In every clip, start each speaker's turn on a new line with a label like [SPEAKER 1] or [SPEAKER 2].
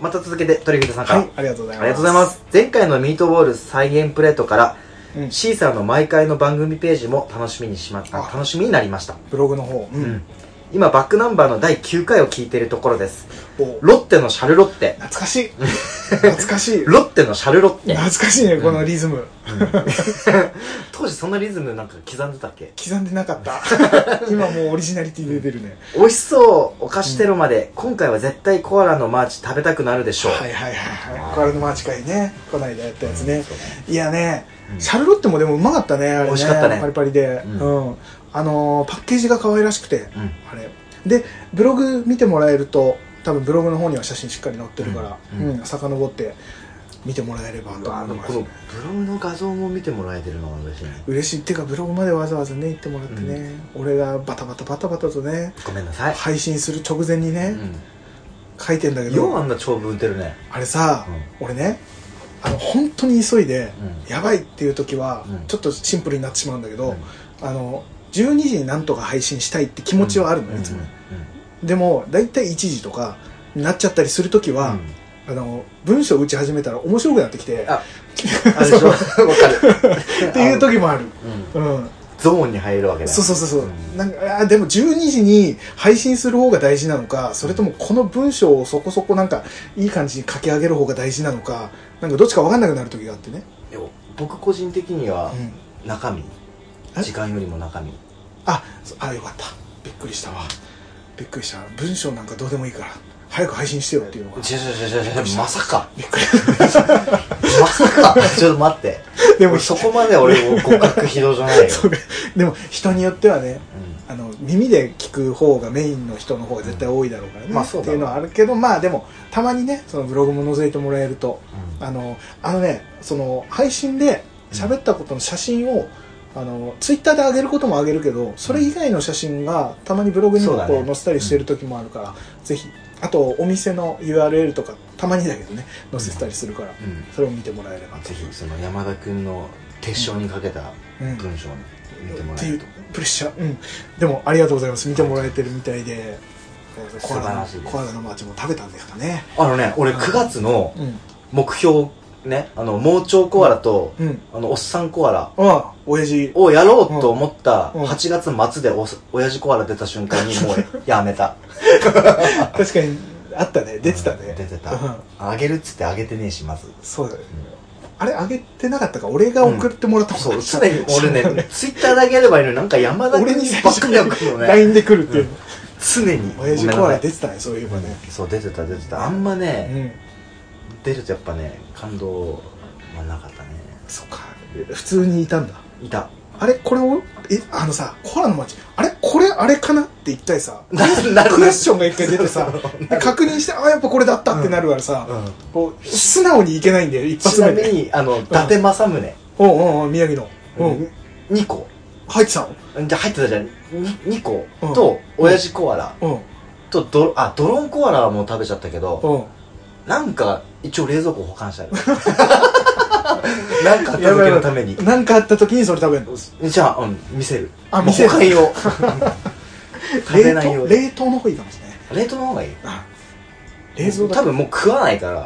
[SPEAKER 1] また続けてトリフィードさんから、
[SPEAKER 2] はい、ありがとうございます。
[SPEAKER 1] ありがとうございます。前回のミートボール再現プレートから、C さんの毎回の番組ページも楽しみになりました。
[SPEAKER 2] ブログの方、
[SPEAKER 1] 今バックナンバーの第9回を聞いているところです。ロッテのシャルロッテ。
[SPEAKER 2] 懐かしい懐かしい。
[SPEAKER 1] ロッテのシャルロッテ。
[SPEAKER 2] 懐かしいね、このリズム。
[SPEAKER 1] 当時そんなリズムなんか刻んでたっけ？
[SPEAKER 2] 刻んでなかった今もうオリジナリティで出るね。
[SPEAKER 1] 美味しそうお菓子テロまで、今回は絶対コアラのマーチ食べたくなるでしょう。
[SPEAKER 2] はいはいはいはい。コアラのマーチ会ね、こないだやったやつね。いやね、シャルロッテもでもうまかったね、あれね。
[SPEAKER 1] 美味しかったね。
[SPEAKER 2] パリパリで。パッケージが可愛らしくて、あれ。で、ブログ見てもらえると、多分ブログの方には写真しっかり載ってるから、遡って見てもらえればと思います。
[SPEAKER 1] このブログの画像も見てもらえてるのが嬉しいね。
[SPEAKER 2] 嬉しい。っていうかブログまでわざわざね行ってもらってね、俺がバタバタとね、
[SPEAKER 1] ごめんなさい、
[SPEAKER 2] 配信する直前にね、書いてんだけど、
[SPEAKER 1] ようあんな長文打てるね。
[SPEAKER 2] あれさ、俺ね、本当に急いで、やばいっていう時は、ちょっとシンプルになってしまうんだけど、12時になんとか配信したいって気持ちはあるのよ、いつも。でもだいたい1時とかになっちゃったりする時は、文章打ち始めたら面白くなってきて、あれでしょ、わかるっていう時もある。
[SPEAKER 1] ゾーンに入るわけだ。
[SPEAKER 2] そうなんかでも12時に配信する方が大事なのか、それともこの文章をそこそこなんかいい感じに書き上げる方が大事なのか、なんかどっちか分かんなくなる時があってね。
[SPEAKER 1] 僕個人的には中身、時間よりも中身。
[SPEAKER 2] よかった。びっくりしたわ。びっくりした。文章なんかどうでもいいから早く配信してよっていうのが。
[SPEAKER 1] まさか。
[SPEAKER 2] びっくり
[SPEAKER 1] まさか。ちょっと待って。でもそこまで俺も互角非道じゃないよ。
[SPEAKER 2] でも人によってはね、耳で聞く方がメインの人の方が絶対多いだろうからね、っていうのはあるけど、まあでもたまにね、そのブログも覗いてもらえると、その配信で喋ったことの写真をツイッターで上げることも上げるけど、それ以外の写真がたまにブログにもこう載せたりしてる時もあるから、ぜひ、あとお店の URL とかたまにだけどね載せたりするから、それを見てもらえれば。
[SPEAKER 1] ぜひその山田君の手帳にかけた文章を見てもらえると、
[SPEAKER 2] プレッシャー。でもありがとうございます。見てもらえてるみたいで、コアラのマーチも食べたんですかね。
[SPEAKER 1] 俺9月の目標ね、盲腸コアラと、おっさんコアラ
[SPEAKER 2] 親父
[SPEAKER 1] をやろうと思った8月末で親父コアラ出た瞬間にもうやめた。
[SPEAKER 2] 確かにあったね、出てたね。
[SPEAKER 1] 出てた。あげるっつってあげてねえし、まず。
[SPEAKER 2] そうだね。あれあげてなかったか、俺が送ってもらった
[SPEAKER 1] もんね。そう、常に俺ね、ツイッターだけやればいいのに、なんか山田君にばっかり来るのね。
[SPEAKER 2] LINE で来るっていう。
[SPEAKER 1] 常に。
[SPEAKER 2] 親父コアラ出てたね、そういえばね。
[SPEAKER 1] そう、出てた。あんまね、出るとやっぱね、感動はなかったね。
[SPEAKER 2] そっか、普通にいたんだ。
[SPEAKER 1] いた。
[SPEAKER 2] あれこれをさ、コアラの街、これあれかなって一回さ、クエスチョンが一回出てさ、確認して、やっぱこれだったってなるからさ、こう素直にいけないんだよ、一発目で。
[SPEAKER 1] ちなみに伊達政宗、
[SPEAKER 2] 宮城の
[SPEAKER 1] 2個
[SPEAKER 2] 入ってたの？
[SPEAKER 1] じゃ入ってたじゃん。2個と親父コアラとドロンコアラはもう食べちゃったけど、なんか一応冷蔵庫保管してある。なんかあった時のために。
[SPEAKER 2] なんかあった時にそれ食べるの？
[SPEAKER 1] じゃあ見せる。
[SPEAKER 2] 見せる。
[SPEAKER 1] 保管用。食べないよ。
[SPEAKER 2] 冷凍の方がいいかもしれない。
[SPEAKER 1] 冷凍の方がいい。
[SPEAKER 2] 冷蔵だ
[SPEAKER 1] 多分もう食わないから。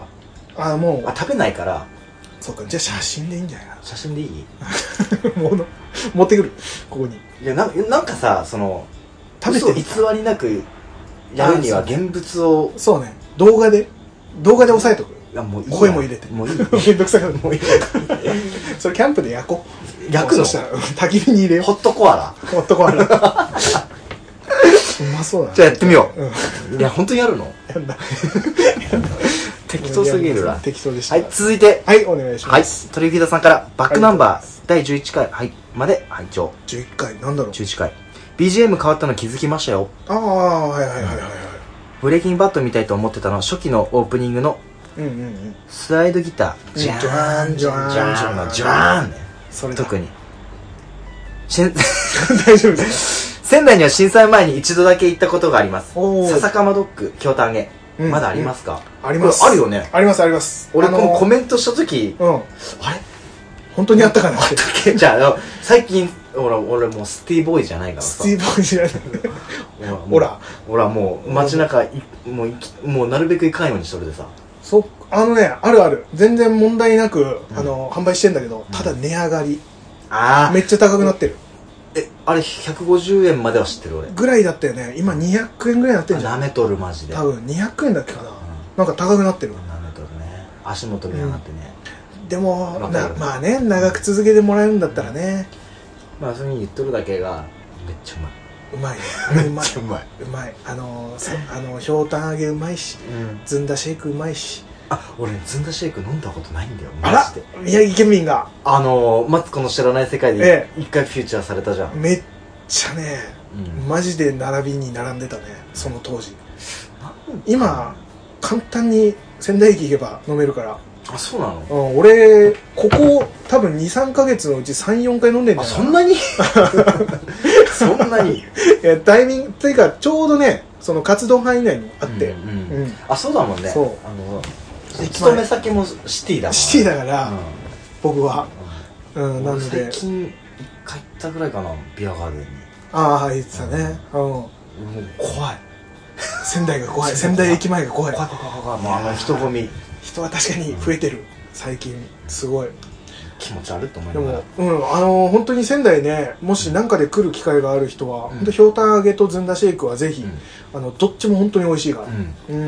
[SPEAKER 2] もう
[SPEAKER 1] 食べないから。
[SPEAKER 2] そうか、じゃあ写真でいいんじゃないかな。
[SPEAKER 1] 写真でいい？
[SPEAKER 2] 持ってくる、ここに。
[SPEAKER 1] いや、なんかさ、その嘘偽りなくやるには現物を。そうね、
[SPEAKER 2] 動画で押さえとく。
[SPEAKER 1] もういい、
[SPEAKER 2] 声も入れて。
[SPEAKER 1] もういい。
[SPEAKER 2] めんどくさがる。もういい。それキャンプで焼こう。
[SPEAKER 1] 焼くの？
[SPEAKER 2] そしたら焚き火に入れよう。
[SPEAKER 1] ホットコアラ。
[SPEAKER 2] ホットコアラ。うまそうだ。
[SPEAKER 1] じゃあやってみよう。いや、本当にやるの？
[SPEAKER 2] やんだ。
[SPEAKER 1] 適当すぎるな。
[SPEAKER 2] 適当でした。
[SPEAKER 1] はい、続いて。
[SPEAKER 2] はい、お願いします。
[SPEAKER 1] はい、鳥木田さんからバックナンバー第11回まで拝聴。
[SPEAKER 2] 11回なんだろう。
[SPEAKER 1] 11回。BGM 変わったの気づきましたよ。
[SPEAKER 2] はい。
[SPEAKER 1] ブレイキングバットみたいと思ってたのは初期のオープニングのスライドギター、ジャーンジャーンね。それ特に大丈夫です。仙台には震災前に一度だけ行ったことがあります。笹かまドッグ京丹下、まだありますか？
[SPEAKER 2] あります。
[SPEAKER 1] あるよね。
[SPEAKER 2] あります。
[SPEAKER 1] 俺このコメントした時、あれ
[SPEAKER 2] 本当にあったかなって。
[SPEAKER 1] じゃあ最近俺もうスティーボーイじゃないからさ。
[SPEAKER 2] スティーボーイじゃない。ほら
[SPEAKER 1] もう街中もうなるべく行かんようにしとるでさ。
[SPEAKER 2] ある全然問題なく、販売してんだけど、ただ値上がり、めっちゃ高くなってる。
[SPEAKER 1] あれ150円までは知ってる俺
[SPEAKER 2] ぐらいだったよね。今200円ぐらいになってんじゃん。
[SPEAKER 1] なめとるマジで。
[SPEAKER 2] 多分200円だっけかな、なんか高くなってる。
[SPEAKER 1] なめとるね。足元見上がってね、
[SPEAKER 2] でもまあね、長く続けてもらえるんだったらね、
[SPEAKER 1] まあそういうふうに言っとるだけがめっちゃうまい。
[SPEAKER 2] うまいね。うまい。ひょうたん揚げうまいし、ずんだシェイクうまいし。
[SPEAKER 1] 俺ずんだシェイク飲んだことないんだよ。
[SPEAKER 2] マジで。宮城県民が
[SPEAKER 1] マツコの知らない世界で一回フューチャーされたじゃん。
[SPEAKER 2] めっちゃね、マジで並びに並んでたね、その当時。今簡単に仙台駅行けば飲めるから。
[SPEAKER 1] そうなの？
[SPEAKER 2] 俺ここ多分 2,3 ヶ月のうち 3,4 回飲んでんだよ。
[SPEAKER 1] そんなにそんなに
[SPEAKER 2] タイミングというか、ちょうどね、その活動範囲内にあって、
[SPEAKER 1] そうだもんね。
[SPEAKER 2] そう、
[SPEAKER 1] 勤め先もシティ
[SPEAKER 2] だから、僕はなので
[SPEAKER 1] 最近帰ったぐらいかな、ビアガーデンに。
[SPEAKER 2] 言ってたね。
[SPEAKER 1] もう怖い。
[SPEAKER 2] 仙台が怖い。仙台駅前が怖い。
[SPEAKER 1] もう人混み。
[SPEAKER 2] 人は確かに増えてる、最近。すごい
[SPEAKER 1] 気持ち悪いと思いながら。
[SPEAKER 2] でも本当に仙台ね、もし何かで来る機会がある人は、本当ひょうたん揚げとずんだシェイクはぜひ、どっちも本当に美味しいから。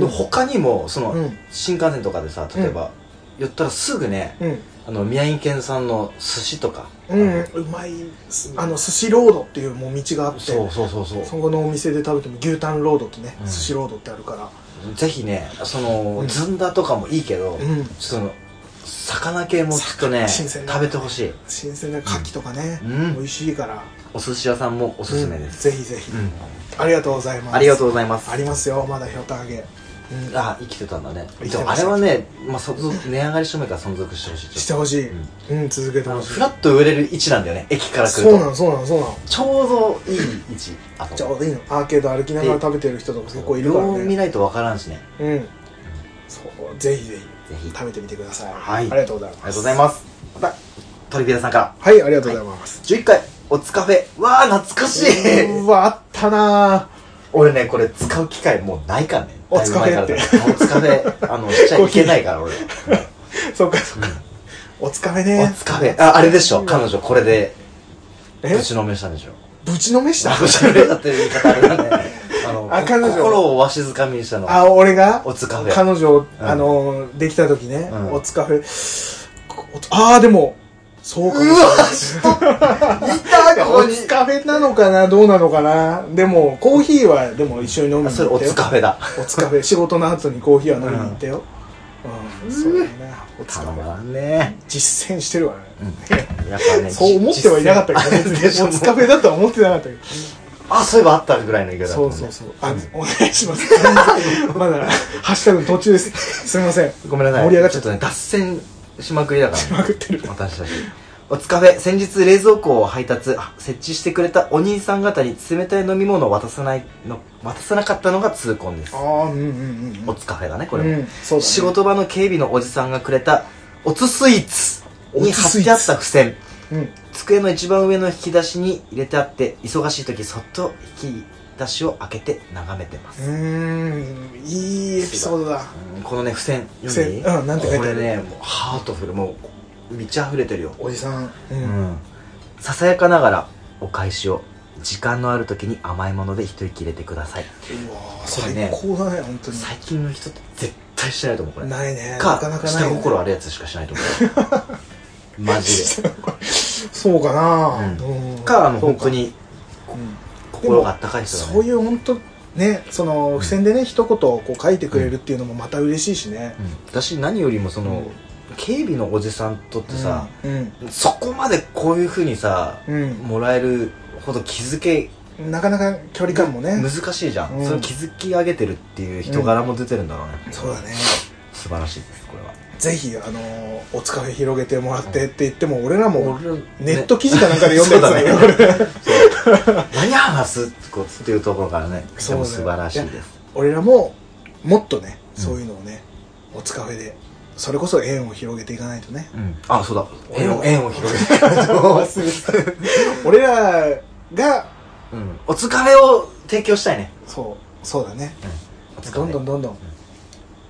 [SPEAKER 1] 他にもその新幹線とかでさ、例えば寄ったらすぐね、宮城県産の寿司とか、
[SPEAKER 2] うまい。寿司ロードっていうもう道があって、そこのお店で食べても牛タンロードとね、寿司ロードってあるから、
[SPEAKER 1] ぜひね、ずんだとかもいいけど、魚系もちょっとね食べてほしい。
[SPEAKER 2] 新鮮な牡蠣とかね、美味しいから。
[SPEAKER 1] お寿司屋さんもおすすめです。
[SPEAKER 2] ぜひぜひ。ありがとうございます。
[SPEAKER 1] ありがとうございます。
[SPEAKER 2] ありますよ、まだひょうたん揚げ。
[SPEAKER 1] 生きてたんだね。でもあれはね、値上がりしてもいいから存続してほしい。
[SPEAKER 2] してほしい。続けてほしい。
[SPEAKER 1] フラッと売れる位置なんだよね、駅から来ると。
[SPEAKER 2] そうなの。
[SPEAKER 1] ちょうどいい位置。
[SPEAKER 2] ちょうどいいの。アーケード歩きながら食べてる人とか結構いるからね。
[SPEAKER 1] よう見ないと分からんしね。
[SPEAKER 2] そう、ぜひ食べてみてください。
[SPEAKER 1] はい。
[SPEAKER 2] ありがとうございます。
[SPEAKER 1] またトリビアさんから。
[SPEAKER 2] はい、ありがとうございます。
[SPEAKER 1] 11回おつカフェ。わー、懐かしい。
[SPEAKER 2] あったな。
[SPEAKER 1] 俺ね、これ使う機会もうないからね。
[SPEAKER 2] おつカフェって。
[SPEAKER 1] おつカフェしちゃいけないから俺。
[SPEAKER 2] そうか。おつカフェね。
[SPEAKER 1] おつカフェ。あれでしょ、彼女これでぶちのめしたんでしょ。
[SPEAKER 2] ぶちのめした？
[SPEAKER 1] ぶちのめしたっていう言い方あれだね。
[SPEAKER 2] 彼女
[SPEAKER 1] 心をわしづかみにしたの。
[SPEAKER 2] 俺が
[SPEAKER 1] おつカフェ。
[SPEAKER 2] 彼女できた時ね、おつカフェ。でもそうかもしれない。おつカフェなのかな、どうなのかな。でもコーヒーはでも一緒に飲みに行ったよ。
[SPEAKER 1] それおつカフェだ。
[SPEAKER 2] おつカフェ。仕事の後にコーヒーは飲みに行ったよ。そうだね。おつカフェね。実践してるわね。
[SPEAKER 1] やっぱね。
[SPEAKER 2] そう思ってはいなかったけど、おつカフェだとは思ってなかったけど。
[SPEAKER 1] そういえばあったぐらいの言い方だったね。
[SPEAKER 2] そう。お願いします。まだハッシュタグの途中です。すみません。
[SPEAKER 1] ごめんなさい。
[SPEAKER 2] 盛り上がっちゃ
[SPEAKER 1] っとね、脱線しまくりだから。
[SPEAKER 2] しまくってる。
[SPEAKER 1] 私たち。おつカフェ、先日冷蔵庫を配達、設置してくれたお兄さん方に冷たい飲み物を渡さなかったのが痛恨です。おつカフェだね、これも。仕事場の警備のおじさんがくれたおつスイーツに貼ってあった付箋。机の一番上の引き出しに入れてあって、忙しい時そっと引き出しを開けて眺めてます。
[SPEAKER 2] いいエピソードだ。
[SPEAKER 1] このね、付箋読んでいい？
[SPEAKER 2] なんて書いてある？
[SPEAKER 1] これね、もうハートフル、もう満ち溢れてるよ。
[SPEAKER 2] おじさん。
[SPEAKER 1] ささやかながらお返しを、時間のある時に甘いもので一息入れてください。
[SPEAKER 2] 最高だね、本当に。
[SPEAKER 1] 最近の人って絶対してないと思う、これ。
[SPEAKER 2] ないね。なかなかない。
[SPEAKER 1] 下心あるやつしかしないと思う。マジで。
[SPEAKER 2] そうかな。
[SPEAKER 1] 本当に心があったかい人だね。
[SPEAKER 2] そういう本当ね、その付箋でね、一言こう書いてくれるっていうのもまた嬉しいしね。
[SPEAKER 1] 私何よりもその警備のおじさんとってさ、そこまでこういう風にさもらえるほど気づけ、
[SPEAKER 2] なかなか距離感もね
[SPEAKER 1] 難しいじゃん。それ気づき上げてるっていう人柄も出てるんだろうね。
[SPEAKER 2] そうだね。
[SPEAKER 1] 素晴らしいです、これは。ぜ
[SPEAKER 2] ひおつカフェ広げてもらってって言っても、俺らもネット記事かなんかで読んだやつだよ。
[SPEAKER 1] 何話すっていうところからね、でも素晴らしいです。
[SPEAKER 2] 俺らももっとね、そういうのをね、おつカフェでそれこそ縁を広げていかないとね。
[SPEAKER 1] そうだ、縁を広げていかないと。
[SPEAKER 2] 俺らが
[SPEAKER 1] おつカフェを提供したいね。
[SPEAKER 2] そうだね。どんどんあっ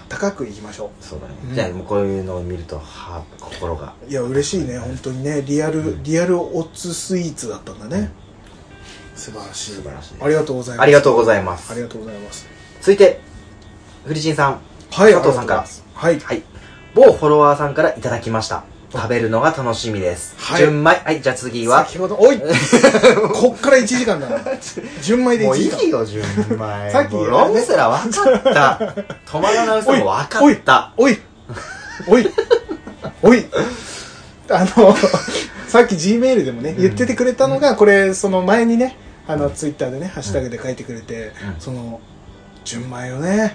[SPEAKER 2] かくいきましょう。
[SPEAKER 1] そうだね、じゃあもうこういうのを見ると心が、
[SPEAKER 2] いや嬉しいね本当にね。リアルおつスイーツだったんだね、素晴らしい。ありがとうございます。
[SPEAKER 1] ありがとうございます。
[SPEAKER 2] ありがとうございます。
[SPEAKER 1] 続いてフリチンさん、佐藤さんから、
[SPEAKER 2] はい、
[SPEAKER 1] 某フォロワーさんからいただきました。食べるのが楽しみです。純米。はい、じゃあ次は。
[SPEAKER 2] 先ほど、おいこっから1時間だな。純米で1時間。
[SPEAKER 1] もういいよ、純米。さっき、ロングセラー分かった。止まらない嘘も分かった。
[SPEAKER 2] おいさっき G メールでもね、言っててくれたのが、これ、その前にね、ツイッターでね、ハッシュタグで書いてくれて、純米をね、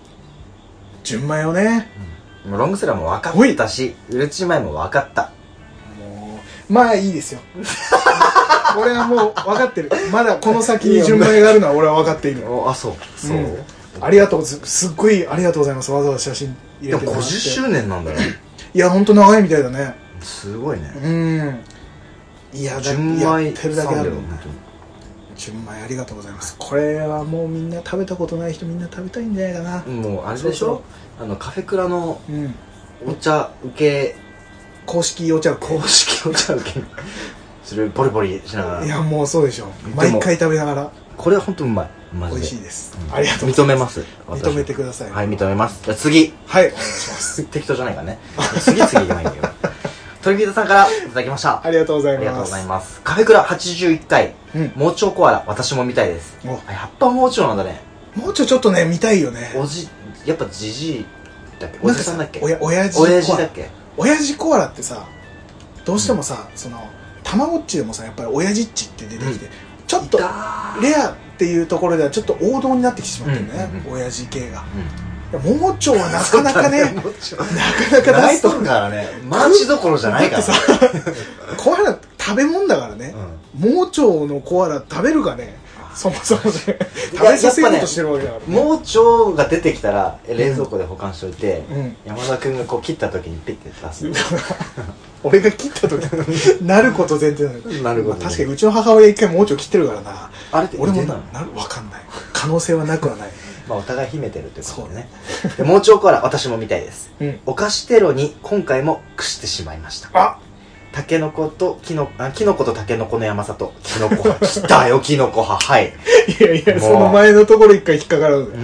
[SPEAKER 1] ロングセラーも分かったし、うるち米も分かった。
[SPEAKER 2] もうまあいいですよ。俺はもう分かってる。まだこの先に純米があるのは俺は分かっている。
[SPEAKER 1] あ、そう、
[SPEAKER 2] ありがとう、すっごいありがとうございます。わざわざ写真入れてもらって。
[SPEAKER 1] でも50周年なんだよ。
[SPEAKER 2] いや本当長いみたいだね。
[SPEAKER 1] すごいね。
[SPEAKER 2] いや
[SPEAKER 1] 純米
[SPEAKER 2] やってるだけある。純米ありがとうございます。これはもうみんな食べたことない人みんな食べたいんじゃないかな。
[SPEAKER 1] もうあれでしょ、カフェクラのお茶受け、
[SPEAKER 2] 公式お茶受け
[SPEAKER 1] それボリボリしながら。
[SPEAKER 2] いやもうそうでしょ、毎回食べながら。
[SPEAKER 1] これは本当うまい、マジで
[SPEAKER 2] 美味しいです。ありがとうございます。
[SPEAKER 1] 認めます。
[SPEAKER 2] 認めてください。
[SPEAKER 1] はい、認めます。じゃあ次、
[SPEAKER 2] はい、お願いします。
[SPEAKER 1] 適当じゃないからね。次行かないんだよ。トリビートさんからいただきました。
[SPEAKER 2] ありがとうございます。
[SPEAKER 1] ありがとうございます。カフェクラ81回、盲腸コアラ、私も見たいです。やっぱ盲腸なんだね。
[SPEAKER 2] 盲腸ちょっとね見たいよね。
[SPEAKER 1] やっぱジジイだっけ、おじさんだっけ、
[SPEAKER 2] 親父だっけ。親父コアラってさ、どうしてもさ、たまごっちでもさ、やっぱり親父っちって出てきて、ちょっとレアっていうところではちょっと王道になってきてしまってるね、親父系が。盲腸はなかなかね、なかなか出すと
[SPEAKER 1] からね、マーチどころじゃないから。
[SPEAKER 2] だってさ、コアラ食べ物だからね、盲腸のコアラ食べるかね、そもそもね、食べさせようとしてるわけだから。
[SPEAKER 1] 盲腸が出てきたら冷蔵庫で保管しておいて、山田君がこう切った時にピッて出す。
[SPEAKER 2] 俺が切った時なること前提
[SPEAKER 1] なるほど。
[SPEAKER 2] 確かにうちの母親一回盲腸切ってるからな。
[SPEAKER 1] あれって
[SPEAKER 2] 俺も分かんない。可能性はなくはない。
[SPEAKER 1] まあお互い秘めてるってことでね。盲腸コアラ、私も見たいです。お菓子テロに今回も屈してしまいました。タケノコとキノコとタケノコの山里。キノコ派。来たよ、キノコ派。はい。
[SPEAKER 2] いや、その前のところ一回引っかかる。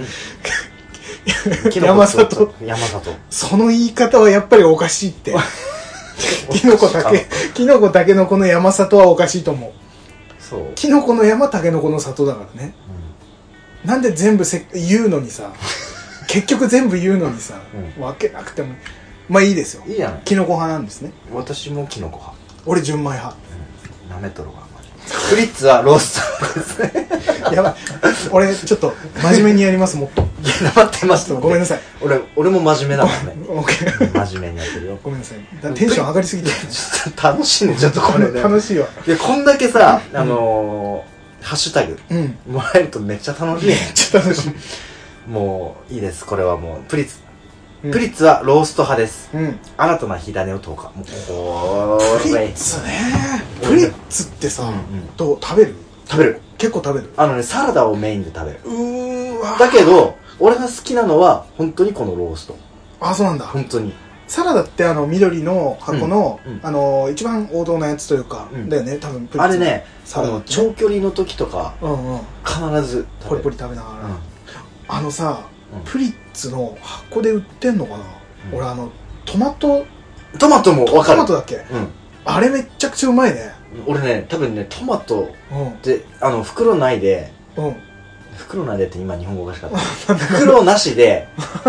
[SPEAKER 2] 山里。その言い方はやっぱりおかしいって。キノコタケノコの山里はおかしいと思う。そう。キノコの山、タケノコの里だからね。なんで全部言うのにさ、結局全部言うのにさ、分けなくても。まあいいですよ。
[SPEAKER 1] いいじゃない。
[SPEAKER 2] キノコ派なんですね。
[SPEAKER 1] 私もキノコ派。
[SPEAKER 2] 俺純米派。
[SPEAKER 1] なめとろが。フリッツはローストですね。
[SPEAKER 2] やばい。俺ちょっと真面目にやります、もっと。
[SPEAKER 1] いや、黙ってます。
[SPEAKER 2] ごめんなさい。
[SPEAKER 1] 俺も真面目だもんね。
[SPEAKER 2] オッケー。
[SPEAKER 1] 真面目にやってるよ。
[SPEAKER 2] ごめんなさい。テンション上がりすぎて。
[SPEAKER 1] 楽しいね、ちょっとこれね。
[SPEAKER 2] 楽しいわ。
[SPEAKER 1] いや、こんだけさ、ハッシュタグもらえるとめっちゃ楽しい。
[SPEAKER 2] めっちゃ楽しい。
[SPEAKER 1] もういいです。これはもうプリッツはロースト派です。新たな火種を投下。
[SPEAKER 2] プリッツね。プリッツってさ、どう食べる？
[SPEAKER 1] 食べる。
[SPEAKER 2] 結構食べる。
[SPEAKER 1] サラダをメインで食べる。だけど俺が好きなのは本当にこのロースト。
[SPEAKER 2] あ、そうなんだ。
[SPEAKER 1] 本当に。
[SPEAKER 2] サラダって緑の箱の一番王道なやつというかだよね、多分。
[SPEAKER 1] あれね、長距離の時とか必ず
[SPEAKER 2] ポリポリ食べながら。さ、プリッツの箱で売ってんのかな。俺トマトも分かる。トマトだっけ。あれめっちゃくちゃうまいね。
[SPEAKER 1] 俺ね、多分ね、トマトで袋内でって今日本語おかしかった。袋なしで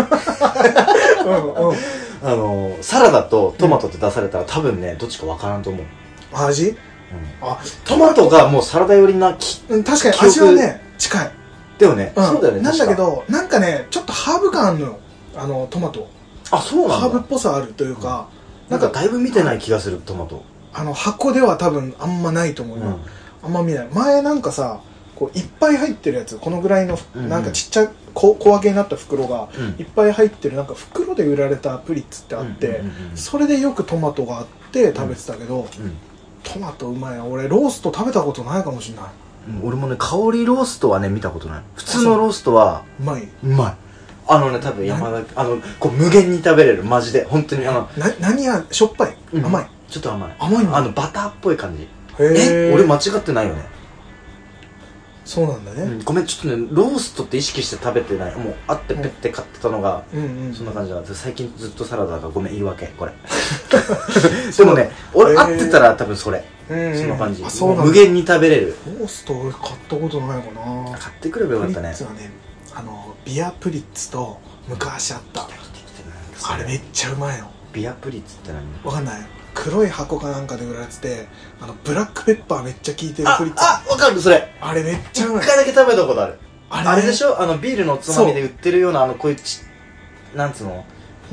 [SPEAKER 1] サラダとトマトって出されたら多分ね、どっちか分からんと思う。
[SPEAKER 2] 味？
[SPEAKER 1] トマトがもうサラダ寄りな
[SPEAKER 2] 確かに味はね近い。
[SPEAKER 1] でもね、そうだよね。
[SPEAKER 2] なんだけど、なんかね、ちょっとハーブ感あるのよ、トマト。
[SPEAKER 1] あ、そうなんだ。
[SPEAKER 2] ハーブっぽさあるというか、
[SPEAKER 1] なんかだいぶ見てない気がする、トマト。
[SPEAKER 2] 箱では多分あんまないと思うよ。あんま見ない。前なんかさ、こういっぱい入ってるやつ、このぐらいのなんかちっちゃい小分けになった袋がいっぱい入ってる、なんか袋で売られたプリッツってあって、それでよくトマトがあって食べてたけど、トマトうまいな。俺ロースト食べたことないかもしれない。
[SPEAKER 1] 俺もね、香りローストはね見たことない。普通のローストは
[SPEAKER 2] うまい。
[SPEAKER 1] うまい。 多分山田こう無限に食べれるマジで本当に
[SPEAKER 2] 何やしょっぱい、甘い、
[SPEAKER 1] ちょっと甘い
[SPEAKER 2] んだ。
[SPEAKER 1] バターっぽい感じ。
[SPEAKER 2] へえ。
[SPEAKER 1] 俺間違ってないよね。
[SPEAKER 2] そうなんだね。
[SPEAKER 1] ごめん、ちょっとね、ローストって意識して食べてない。もうあってペッて買ってたのがそんな感じだ。最近ずっとサラダがごめん言い訳これ。でもね、俺合ってたら多分それ。そんな感じ。無限に食べれる。
[SPEAKER 2] ロースト俺買ったことないかな。
[SPEAKER 1] 買ってくればよかったね。
[SPEAKER 2] プリッツはね、ビアプリッツと昔あった。あれめっちゃうまいの。
[SPEAKER 1] ビアプリッツって何？
[SPEAKER 2] わかんない。黒い箱かなんかで売られてて、ブラックペッパーめっちゃ効いてるプリッツ。
[SPEAKER 1] わかるそれ。
[SPEAKER 2] あれめっちゃうまい。
[SPEAKER 1] 一回だけ食べたことある。
[SPEAKER 2] あ
[SPEAKER 1] れでしょ？ビールのおつまみで売ってるようなこういうなんつうの？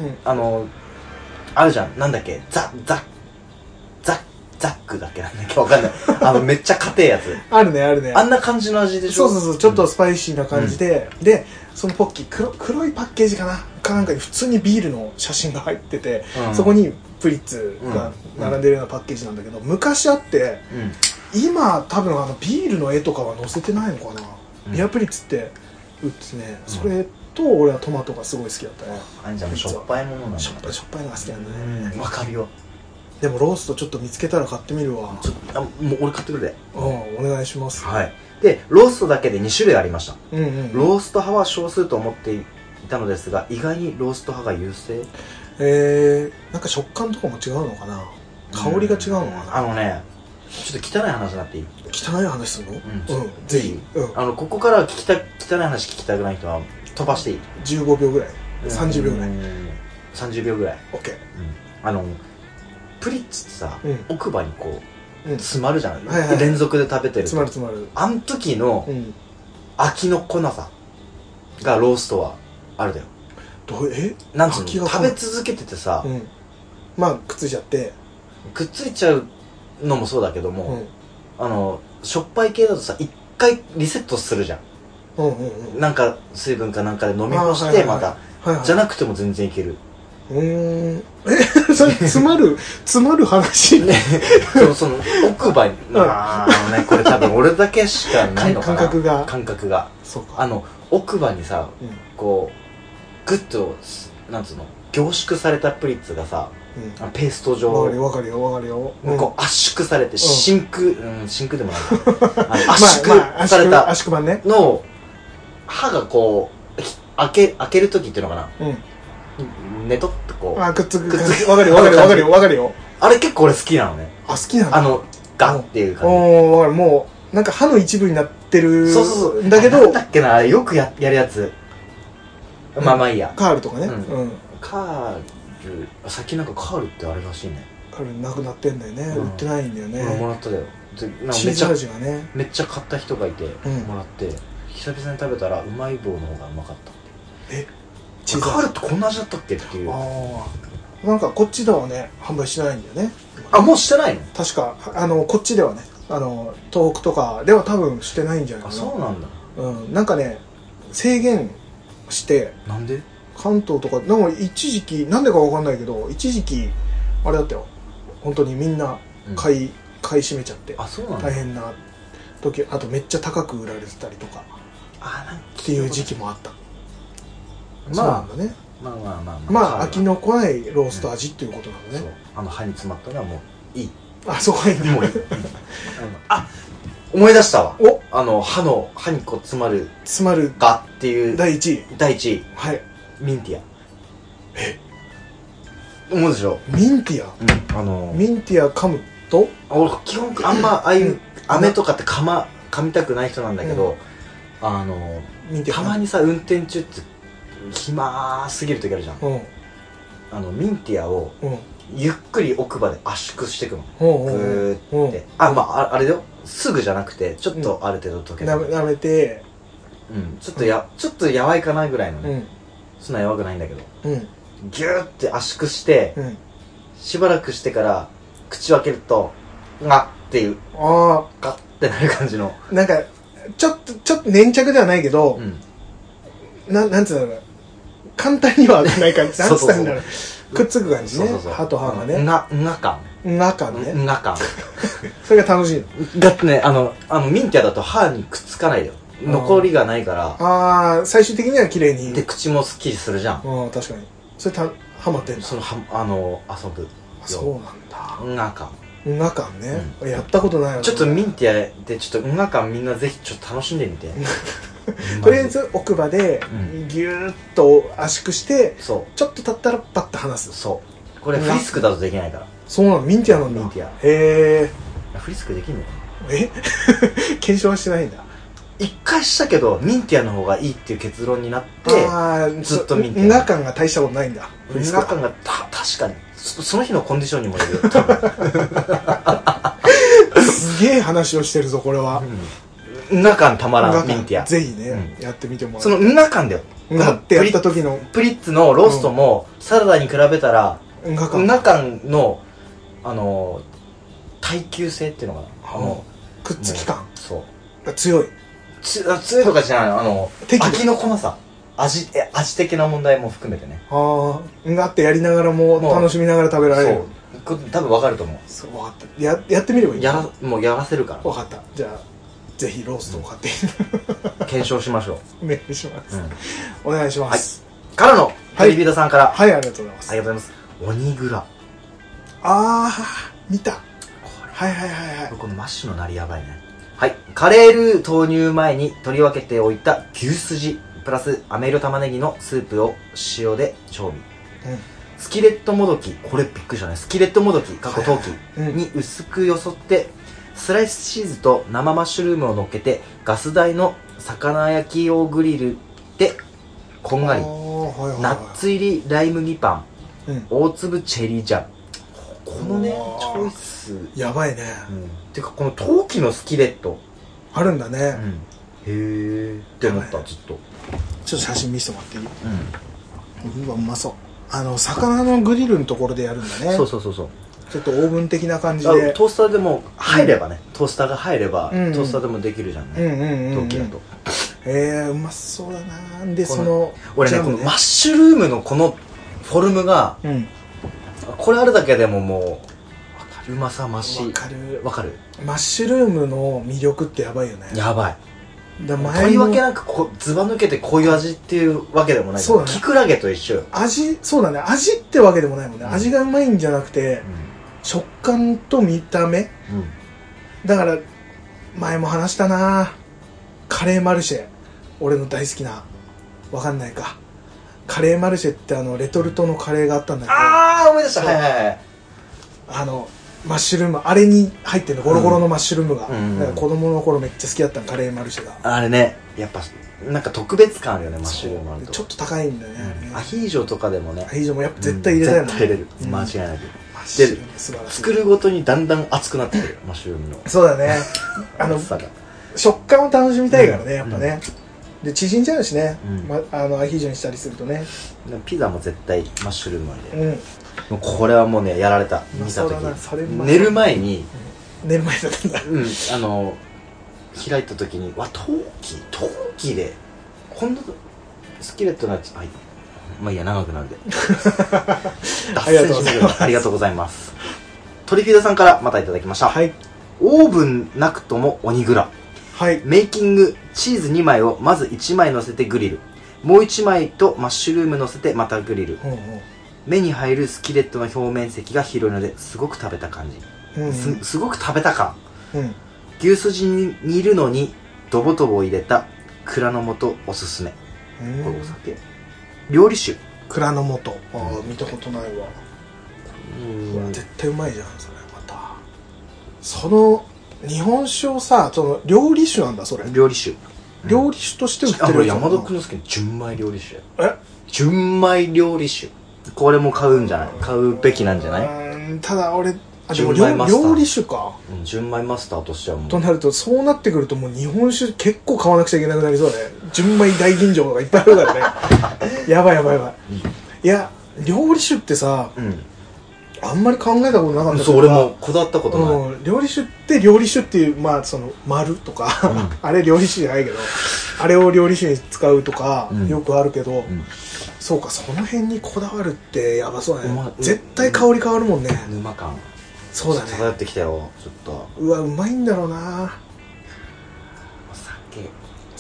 [SPEAKER 1] あるじゃん。なんだっけ？ザックだっけなんだっけわかんない。めっちゃ硬いやつ。
[SPEAKER 2] あるねあるね。
[SPEAKER 1] あんな感じの味でしょ？
[SPEAKER 2] そうちょっとスパイシーな感じで、でそのポッキー黒いパッケージかなんかに普通にビールの写真が入ってて、そこにプリッツが並んでるようなパッケージなんだけど、昔あって、今多分ビールの絵とかは載せてないのかな。ビアプリッツって売ってね、それと俺はトマトがすごい好きだったね。
[SPEAKER 1] じゃあしょっぱいものなんだ。
[SPEAKER 2] しょっぱいのが好きなんだね。
[SPEAKER 1] わかるよ。
[SPEAKER 2] でもローストちょっと見つけたら買ってみるわ。
[SPEAKER 1] もう俺買ってくれて。
[SPEAKER 2] お願いします。
[SPEAKER 1] はい。でローストだけで2種類ありました。
[SPEAKER 2] ロ
[SPEAKER 1] ースト派は少数と思っていたのですが、意外にロースト派が優勢。
[SPEAKER 2] なんか食感とかも違うのかな。香りが違うのかな。
[SPEAKER 1] ちょっと汚い話になっていい？
[SPEAKER 2] 汚い話するの？ぜひ。
[SPEAKER 1] ここからは汚い話聞きたくない人は飛ばしていい
[SPEAKER 2] ？15秒ぐらい、30秒ぐらい、
[SPEAKER 1] 30秒ぐらい。
[SPEAKER 2] OK。
[SPEAKER 1] プリッツってさ、奥歯にこう詰まるじゃん。
[SPEAKER 2] はい
[SPEAKER 1] 連続で食べてると
[SPEAKER 2] 詰まる。
[SPEAKER 1] あん時の飽きのこなさがローストはあるだよ。なんつうの、食べ続けててさ、
[SPEAKER 2] まあくっついちゃって
[SPEAKER 1] くっついちゃうのもそうだけども、しょっぱい系だとさ一回リセットするじゃん。なんか水分かなんかで飲み干してまたじゃなくても全然いける。
[SPEAKER 2] それ詰まる話ね。
[SPEAKER 1] その奥歯にこれ多分俺だけしかないのかな。感覚が
[SPEAKER 2] そうか。
[SPEAKER 1] 奥歯にさこうグッとなんつうの凝縮されたプリッツがさ、ペースト状。
[SPEAKER 2] わかるよ。
[SPEAKER 1] こう圧縮されて真空でもない圧縮された
[SPEAKER 2] 圧縮版ね
[SPEAKER 1] の歯がこう開ける時っていうのかな。ネトってこう
[SPEAKER 2] くっつく。わかるよ。
[SPEAKER 1] あれ結構俺好きなのね。
[SPEAKER 2] 好きなの。
[SPEAKER 1] ガッっていう感じ。
[SPEAKER 2] わかる。もうなんか歯の一部になってるんだけど。
[SPEAKER 1] なんだっけな、あれよくやるやつ。まあいいや。
[SPEAKER 2] カールとかね。
[SPEAKER 1] カール最近なんかカールってあれらしいね。
[SPEAKER 2] カールなくなってんだよね。売ってないんだよね。
[SPEAKER 1] もらっただよ。
[SPEAKER 2] チーズ味がね。
[SPEAKER 1] めっちゃ買った人がいてもらって久々に食べたらうまい棒の方がうまかったって。カールってこんな味だったっけっていう。
[SPEAKER 2] なんかこっちではね販売してないんだよね。
[SPEAKER 1] もうしてないの？
[SPEAKER 2] 確かこっちではね東北とかでは多分してないんじゃないかな。
[SPEAKER 1] そうなんだ。
[SPEAKER 2] なんかね制限して。
[SPEAKER 1] なんで？
[SPEAKER 2] 関東とかなんか一時期なんでかわかんないけど一時期あれだったよ。本当にみんな買い占めちゃって。
[SPEAKER 1] そうなんだ。大
[SPEAKER 2] 変な時。あとめっちゃ高く売られてたりとかっていう時期もあった。そうなんだね。飽きのこないロースト味っていうことなのね。
[SPEAKER 1] 歯に詰まったらもういい。
[SPEAKER 2] そうがいいんだ。もういい。
[SPEAKER 1] 思い出したわ。歯にこう詰まるがっていう
[SPEAKER 2] 第1位。はい。
[SPEAKER 1] ミンティア。思うでしょ。
[SPEAKER 2] ミンティア。ミンティア噛むと？
[SPEAKER 1] 俺基本あんまああいう飴とかって噛みたくない人なんだけど、たまにさ運転中って暇すぎる時あるじゃん。ミンティアをゆっくり奥歯で圧縮していくの。グーって。あれだよ。すぐじゃなくてちょっとある程度溶けて。
[SPEAKER 2] 舐めて。
[SPEAKER 1] ちょっとやばいかなぐらいのね。そんなやばくないんだけど。ギューって圧縮して、しばらくしてから口を開けるとガッっていうガッってなる感じの。
[SPEAKER 2] なんかちょっと粘着ではないけど、なんつうんだろう。簡単には開かない感じ。なんつったらいいんだろう。くっつく感じね。歯と歯がね。
[SPEAKER 1] 感
[SPEAKER 2] ね。それが楽しい
[SPEAKER 1] の。だってね、ミンティアだと歯にくっつかないよ。 残りがないから。
[SPEAKER 2] ああ、最終的には綺麗に。
[SPEAKER 1] で、口もすっきりするじゃん。
[SPEAKER 2] 確かに。それハマってんだ。
[SPEAKER 1] 遊ぶ。
[SPEAKER 2] そうなんだ。
[SPEAKER 1] 運河感。
[SPEAKER 2] 運河感ね。やったことないよね。
[SPEAKER 1] ちょっとミンティアで、ちょっと運河感みんなぜひちょっと楽しんでみて。
[SPEAKER 2] とりあえず奥歯でギューッと圧縮して、ちょっと経ったらパッと離す。
[SPEAKER 1] そう。これフリスクだとできないから。
[SPEAKER 2] そうなの、ミンティアなんだ。
[SPEAKER 1] ミンティア。
[SPEAKER 2] へえ。
[SPEAKER 1] フリスクできんの？
[SPEAKER 2] 検証はしてないんだ。
[SPEAKER 1] 一回したけどミンティアの方がいいっていう結論になって、ずっとミンティア。
[SPEAKER 2] 運河感が大したことないんだ。
[SPEAKER 1] 運河感が確かにその日のコンディションにもよる。
[SPEAKER 2] すげえ話をしてるぞこれは。
[SPEAKER 1] 運河感たまらんミンティア。
[SPEAKER 2] ぜひね、やってみてもらう。
[SPEAKER 1] その運河感だよ。
[SPEAKER 2] 運河ってやった時の
[SPEAKER 1] プリッツのローストもサラダに比べたら運河感の耐久性っていうのかな、
[SPEAKER 2] くっつき感
[SPEAKER 1] そう
[SPEAKER 2] 強い
[SPEAKER 1] とかじゃない飽きのこなさ、味的な問題も含めてね。
[SPEAKER 2] がってやりながらも楽しみながら食べられる。
[SPEAKER 1] そう多分分かると思う。
[SPEAKER 2] そう、分かった。やってみればいい。
[SPEAKER 1] もうやらせるから。
[SPEAKER 2] 分かった。じゃあぜひローストを買って
[SPEAKER 1] 検証しましょう。
[SPEAKER 2] お願いします、お願いします。
[SPEAKER 1] からのトリビーダさんから、
[SPEAKER 2] はい、ありがとうございます。
[SPEAKER 1] ありがとうございます。オニグラ、
[SPEAKER 2] 見た。はいはいはいはい。
[SPEAKER 1] このマッシュのなりやばいね。はい、カレールー投入前に取り分けておいた牛すじプラス飴色玉ねぎのスープを塩で調味、スキレットもどき、これびっくりしたね。スキレットもどき陶器に薄くよそってスライスチーズと生マッシュルームを乗っけてガス台の魚焼き用グリルでこんがり、ナッツ入りライ麦パン、大粒チェリージャム。このねチョイス
[SPEAKER 2] やばいね。
[SPEAKER 1] てかこの陶器のスキレット
[SPEAKER 2] あるんだね。へ
[SPEAKER 1] えって思った。ずっと
[SPEAKER 2] ちょっと写真見せてもらっていい？うわ、うまそう。魚のグリルのところでやるんだね。
[SPEAKER 1] そうち
[SPEAKER 2] ょっとオーブン的な感じで
[SPEAKER 1] トースターでも入ればね、トースターが入ればトースターでもできるじゃんね、陶器だと。
[SPEAKER 2] うまそうだな。で
[SPEAKER 1] 俺ねこのマッシュルームのこのフォルムがこれあるだけでももううまさ増し。わかる。
[SPEAKER 2] マッシュルームの魅力ってやばいよね。
[SPEAKER 1] やばい。とりわけなんかずば抜けてこういう味っていうわけでもない。そうだね。キクラゲと一緒よ。
[SPEAKER 2] そうだね。味ってわけでもないもんね。味がうまいんじゃなくて食感と見た目、だから前も話したな。カレーマルシェ、俺の大好きな、わかんないか、カレーマルシェってレトルトのカレーがあったんだけど、
[SPEAKER 1] 思い出した。はいはいはい。
[SPEAKER 2] マッシュルーム、あれに入ってるのゴロゴロのマッシュルームが、だから子供の頃めっちゃ好きだったの、カレーマルシェが。
[SPEAKER 1] あれね、やっぱなんか特別感あるよね、マッシュルームあると。
[SPEAKER 2] ちょっと高いんだよね。
[SPEAKER 1] アヒージョとかでもね、
[SPEAKER 2] アヒージョもやっぱ絶対入れたいもん。
[SPEAKER 1] 絶対入れる、間違いなく。で作るごとにだんだん熱くなってくる、マッシュルームの。
[SPEAKER 2] そうだね。食感を楽しみたいからね、やっぱね。で縮んじゃうしね、アヒージョにしたりするとね。
[SPEAKER 1] ピザも絶対マッシュルーム入れる。もうこれはもうねやられた。見た時寝る前に
[SPEAKER 2] だったんだ。
[SPEAKER 1] 開いた時に陶器でこんなスキレットのやつ、まあいいや、長くなるんで脱線しないけどありがとうございます。トリフィードさんからまたいただきました。オーブンなくともオニグラ。メイキング、チーズ2枚をまず1枚乗せてグリル、もう1枚とマッシュルーム乗せてまたグリル。目に入るスキレットの表面積が広いのですごく食べた感じ、すごく食べた感、牛すじに煮るのにドボドボ入れた蔵の素おすすめ。これお酒料理酒
[SPEAKER 2] 蔵の素、見たことないわ。絶対うまいじゃんそれ。またその日本酒をさ、料理酒なんだそれ。
[SPEAKER 1] 料理酒
[SPEAKER 2] として売ってるやつ。
[SPEAKER 1] 山田君の好きな純米料理酒。純米料理酒、これも買うんじゃない？買うべきなんじゃない？
[SPEAKER 2] ただ俺でも料理酒か。純
[SPEAKER 1] 米マスターとしてはもう。
[SPEAKER 2] となるとそうなってくるともう日本酒結構買わなくちゃいけなくなりそうだね。純米大吟醸とかいっぱいあるからね。やばい。いや料理酒ってさ、あんまり考えたことなかった。
[SPEAKER 1] そう、俺もこだわったことない。
[SPEAKER 2] 料理酒っていう丸とかあれ料理酒じゃないけど、あれを料理酒に使うとかよくあるけど。そうか、その辺にこだわるってやばそうだね。絶対香り変わるもんね。
[SPEAKER 1] 沼感。
[SPEAKER 2] そうだね。
[SPEAKER 1] 漂ってきたよ、ちょっと。
[SPEAKER 2] うわ、うまいんだろうな。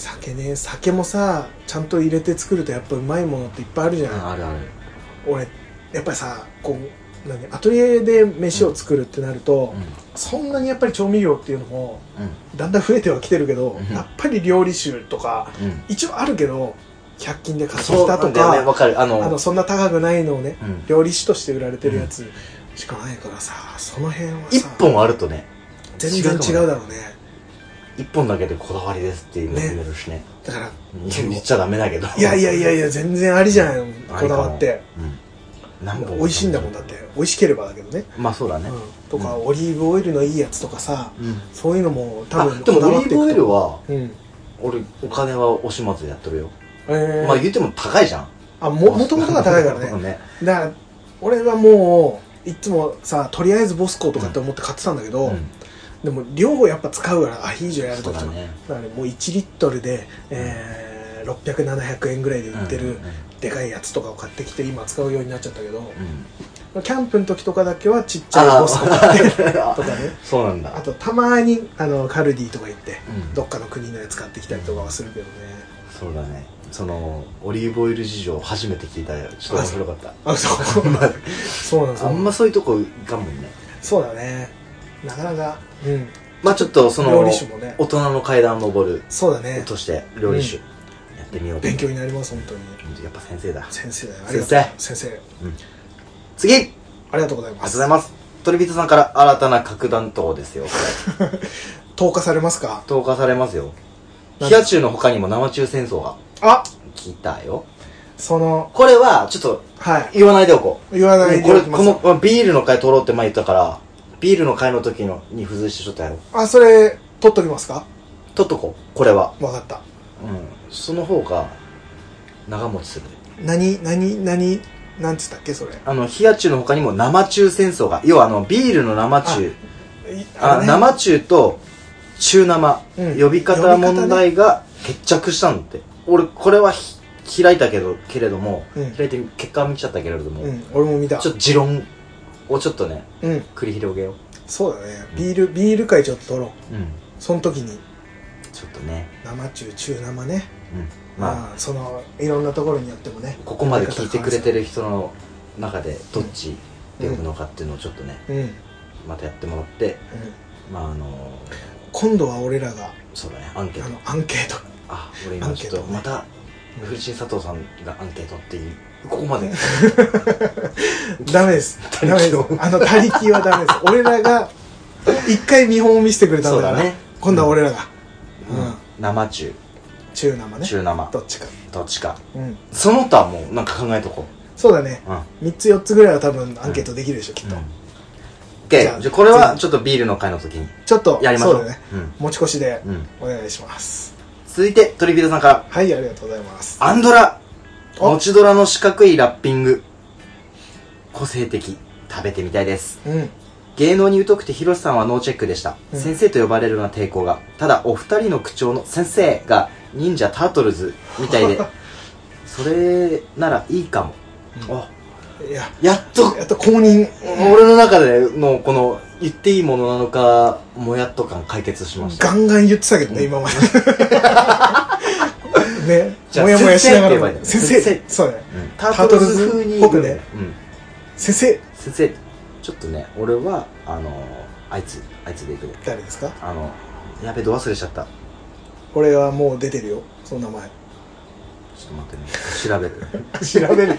[SPEAKER 2] 酒もさちゃんと入れて作るとやっぱうまいものっていっぱいあるじゃん。
[SPEAKER 1] あるある。
[SPEAKER 2] 俺やっぱりさこうアトリエで飯を作るってなると、そんなにやっぱり調味料っていうのもだんだん増えてはきてるけど、やっぱり料理酒とか、一応あるけど100均で買ってきたとか、
[SPEAKER 1] わかる。
[SPEAKER 2] そんな高くないのをね、料理酒として売られてるやつしかないからさ、その辺はさ
[SPEAKER 1] 1本あるとね
[SPEAKER 2] 全然違うだろうね。
[SPEAKER 1] 1本だけでこだわりですっていうのを言えるしね。
[SPEAKER 2] だから
[SPEAKER 1] 言っちゃダメだけど、
[SPEAKER 2] いや全然ありじゃん、こだわって。美味しいんだもん、だって美味しければだけどね。
[SPEAKER 1] まあそうだね、
[SPEAKER 2] とかオリーブオイルのいいやつとかさ、そういうのも多分
[SPEAKER 1] でもオリーブオイルは俺お金は惜しまずやっとるよ。まあ言っても高いじゃん。
[SPEAKER 2] もともとが高いからね。だから俺はもういつもさ、とりあえずボスコとかって思って買ってたんだけど、でも量をやっぱ使うからアヒージョやるときとか、だからもう1リットルで600、700円ぐらいで売ってるでかいやつとかを買ってきて今使うようになっちゃったけど、キャンプの時とかだけはちっちゃいボスコ買ってとかね。
[SPEAKER 1] そうなんだ。
[SPEAKER 2] あとたまにカルディとか行ってどっかの国のやつ買ってきたりとかはするけどね。
[SPEAKER 1] そうだね。そのオリーブオイル事情初めて聞いたよ。ちょっと面白かった。
[SPEAKER 2] そうなんです。
[SPEAKER 1] あんまそういうとこいかんもんね。
[SPEAKER 2] そうだね、なかなか。
[SPEAKER 1] まあちょっとその
[SPEAKER 2] 料理酒もね、
[SPEAKER 1] 大人の階段を登る
[SPEAKER 2] そうだね
[SPEAKER 1] として料理酒やってみようと。
[SPEAKER 2] 勉強になります。本当に
[SPEAKER 1] やっぱ先生だ。
[SPEAKER 2] 先生だよ。先生。
[SPEAKER 1] 次、
[SPEAKER 2] ありがとうございます。
[SPEAKER 1] ありがとうございます。トリビトさんから新たな核弾頭ですよ。
[SPEAKER 2] 投下されますか？
[SPEAKER 1] 投下されますよ。冷や中の他にも生中戦争が来たよ。これはちょっと言わないでおこう。
[SPEAKER 2] 言わないでおきます。
[SPEAKER 1] このビールの回取ろうって前言ったから、ビールの回の時に付随してちょっとやろう。
[SPEAKER 2] それ取っときますか？
[SPEAKER 1] 取っとこう。これは
[SPEAKER 2] 分かった。
[SPEAKER 1] その方が長持ちする。
[SPEAKER 2] なんつったっけそれ。
[SPEAKER 1] 冷や中の他にも生中戦争が、要はビールの生中、生中と中生、呼び方問題が決着したんって。俺これは開いたけれども、開いて結果見ちゃったけれども、
[SPEAKER 2] 俺も見た。
[SPEAKER 1] ちょっと持論をちょっとね、繰り広げよう。
[SPEAKER 2] そうだね。ビール会ちょっと取ろう。その時に
[SPEAKER 1] ちょっとね、
[SPEAKER 2] 生中中生ね。まあいろんなところによってもね、
[SPEAKER 1] ここまで聞いてくれてる人の中でどっちで呼ぶのかっていうのをちょっとね、またやってもらって、
[SPEAKER 2] 今度は俺らが
[SPEAKER 1] そうだね、アンケート。俺今ちょっとまた古新佐藤さんがアンケートっていう、ここまで
[SPEAKER 2] ダメです他力はダメです。俺らが一回見本を見せてくれたんだから、今度は俺らが
[SPEAKER 1] 生中
[SPEAKER 2] 中生ね。
[SPEAKER 1] 中生
[SPEAKER 2] どっちか。
[SPEAKER 1] その他もなんか考えとこう。
[SPEAKER 2] そうだね。3つ4つぐらいは多分アンケートできるでしょ、きっと。
[SPEAKER 1] じゃあこれはちょっとビールの会の時に
[SPEAKER 2] ちょっと
[SPEAKER 1] やりましょう。
[SPEAKER 2] そうだね。持ち越しでお願いします。
[SPEAKER 1] 続いてトリビルさんから。
[SPEAKER 2] はい、ありがとうございます。
[SPEAKER 1] アンドラもちドラの四角いラッピング、個性的、食べてみたいです。芸能に疎くてヒロシさんはノーチェックでした。先生と呼ばれるのは抵抗が。ただお二人の口調の先生が忍者タートルズみたいでそれならいいかも。やっと
[SPEAKER 2] 公認。
[SPEAKER 1] 俺の中でのこの言っていいものなのかもやっと感解決しました。
[SPEAKER 2] ガンガン言ってたけどね、今までね、もやもやしながらも先生、そうね、
[SPEAKER 1] タートルズ風に
[SPEAKER 2] っぽくね、先生
[SPEAKER 1] ちょっとね、俺はあいつでいくね。
[SPEAKER 2] 誰ですか？
[SPEAKER 1] やべ、ど忘れちゃった。
[SPEAKER 2] 俺はもう出てるよ、その名前。
[SPEAKER 1] ちょっと待ってね、調べる